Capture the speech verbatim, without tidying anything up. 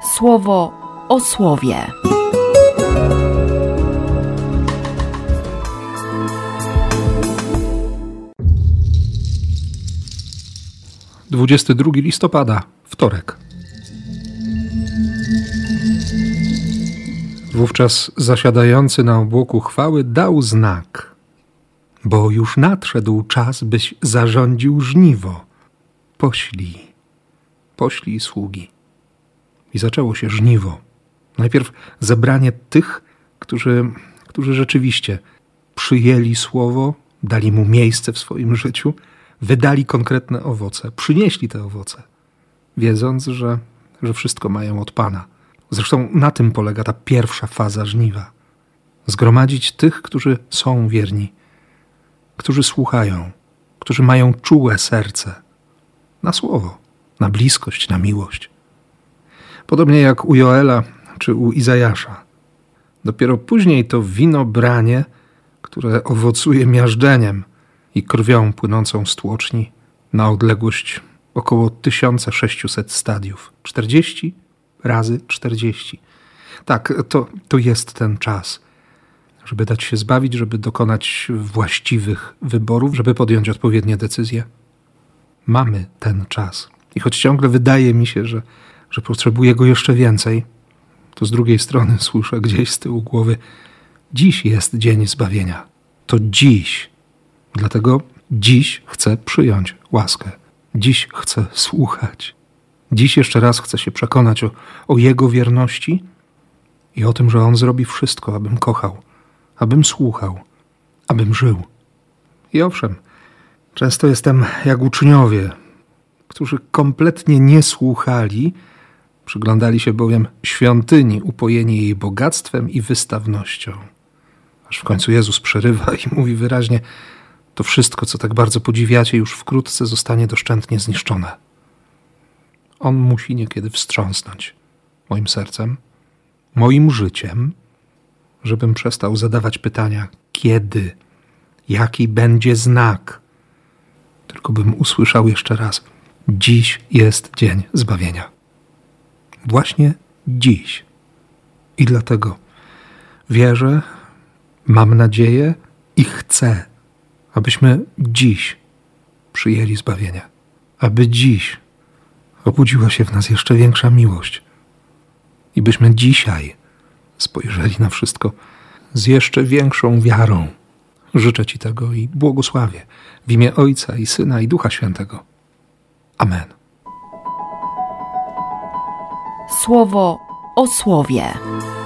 Słowo o słowie. dwudziestego drugiego listopada, wtorek. Wówczas zasiadający na obłoku chwały dał znak, bo już nadszedł czas, byś zarządził żniwo. Poślij, poślij sługi. I zaczęło się żniwo. Najpierw zebranie tych, którzy, którzy rzeczywiście przyjęli słowo, dali mu miejsce w swoim życiu, wydali konkretne owoce, przynieśli te owoce, wiedząc, że, że wszystko mają od Pana. Zresztą na tym polega ta pierwsza faza żniwa. Zgromadzić tych, którzy są wierni, którzy słuchają, którzy mają czułe serce na słowo, na bliskość, na miłość. Podobnie jak u Joela czy u Izajasza. Dopiero później to winobranie, które owocuje miażdżeniem i krwią płynącą z tłoczni na odległość około tysiąc sześćset stadiów. czterdzieści razy czterdzieści. Tak, to, to jest ten czas, żeby dać się zbawić, żeby dokonać właściwych wyborów, żeby podjąć odpowiednie decyzje. Mamy ten czas. I choć ciągle wydaje mi się, że, że potrzebuję go jeszcze więcej, to z drugiej strony słyszę gdzieś z tyłu głowy: dziś jest dzień zbawienia. To dziś. Dlatego dziś chcę przyjąć łaskę. Dziś chcę słuchać. Dziś jeszcze raz chcę się przekonać o, o Jego wierności i o tym, że On zrobi wszystko, abym kochał, abym słuchał, abym żył. I owszem, często jestem jak uczniowie, którzy kompletnie nie słuchali, przyglądali się bowiem świątyni, upojeni jej bogactwem i wystawnością. Aż w końcu Jezus przerywa i mówi wyraźnie: to wszystko, co tak bardzo podziwiacie, już wkrótce zostanie doszczętnie zniszczone. On musi niekiedy wstrząsnąć moim sercem, moim życiem, żebym przestał zadawać pytania, kiedy, jaki będzie znak. Tylko bym usłyszał jeszcze raz: dziś jest dzień zbawienia. Właśnie dziś. I dlatego wierzę, mam nadzieję i chcę, abyśmy dziś przyjęli zbawienie. Aby dziś obudziła się w nas jeszcze większa miłość. I byśmy dzisiaj spojrzeli na wszystko z jeszcze większą wiarą. Życzę Ci tego i błogosławię w imię Ojca i Syna i Ducha Świętego. Amen. Słowo o słowie.